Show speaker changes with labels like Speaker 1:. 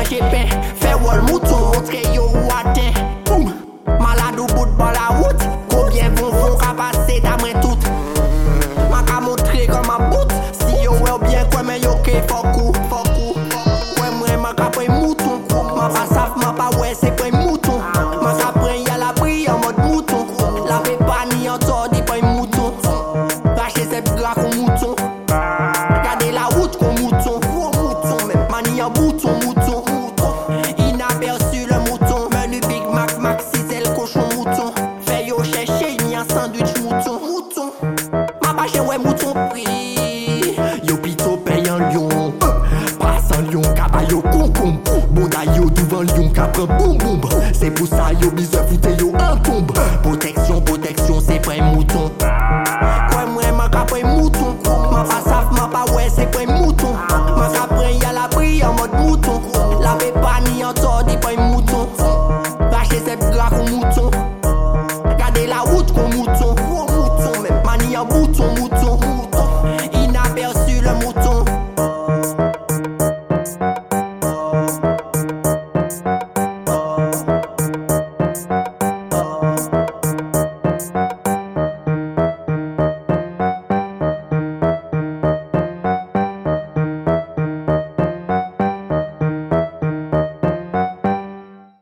Speaker 1: Mache pen, fè wol mouton, montre yo ou atteint. Boum, malade au bout de la route. Combien vont ka passer d'après tout. Ma ka montre comme ma bout. Si yo ou bien quoi mais yo ke fokou. Ouais moi ma ka pren mouton. Ma pa saf, ma pa ouais c'est pren mouton. Ma ka pren y'a la bri en mode mouton. La pe pas ni en tort di pren mouton. Rache ses bras comme mouton. Regardez la route comme mouton. Mani en bouton, mouton. Inaperçu le mouton. Menu Big Mac, Maxi, c'est le cochon mouton. Fais yo chercher, ni un sandwich mouton. Ma pa chez ouais mouton pris. Yo pito paye un lion. Passe un lion, cabayo concombre. Bouda yo devant lion, capre boum boum. C'est pour ça yo bise foute yo en tombe.